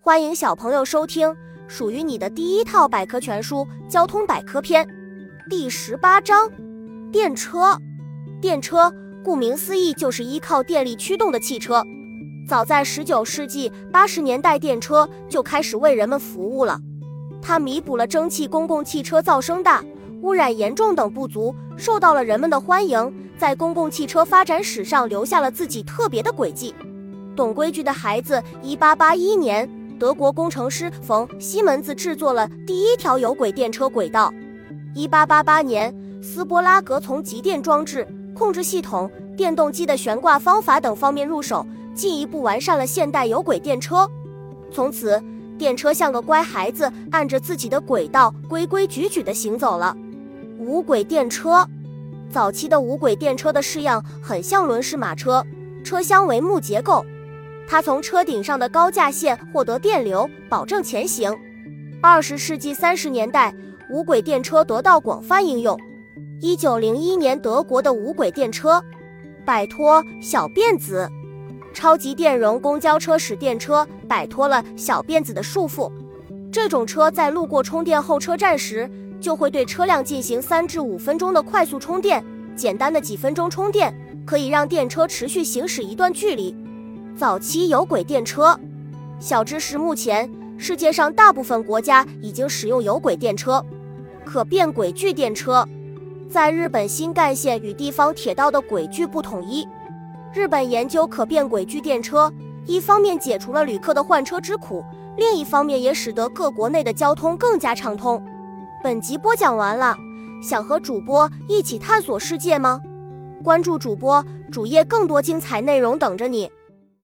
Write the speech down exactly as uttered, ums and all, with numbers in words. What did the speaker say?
欢迎小朋友收听属于你的第一套百科全书《交通百科篇》第十八章：电车。电车顾名思义就是依靠电力驱动的汽车。早在十九世纪八十年代，电车就开始为人们服务了。它弥补了蒸汽公共汽车噪声大、污染严重等不足，受到了人们的欢迎，在公共汽车发展史上留下了自己特别的轨迹。懂规矩的孩子，一八八一年，德国工程师冯·西门子制作了第一条有轨电车轨道。一八八八年，斯波拉格从集电装置、控制系统、电动机的悬挂方法等方面入手，进一步完善了现代有轨电车。从此，电车像个乖孩子，按着自己的轨道规规矩矩地行走了。无轨电车。早期的无轨电车的式样很像轮式马车，车厢为木结构，它从车顶上的高架线获得电流，保证前行。二十世纪三十年代，无轨电车得到广泛应用。一九零一年，德国的无轨电车摆脱小辫子。超级电容公交车使电车摆脱了小辫子的束缚。这种车在路过充电候车站时，就会对车辆进行三至五分钟的快速充电。简单的几分钟充电，可以让电车持续行驶一段距离。早期有轨电车。小知识：目前世界上大部分国家已经使用有轨电车。可变轨距电车。在日本，新干线与地方铁道的轨距不统一。日本研究可变轨距电车，一方面解除了旅客的换车之苦，另一方面也使得各国内的交通更加畅通。本集播讲完了，想和主播一起探索世界吗？关注主播主页，更多精彩内容等着你。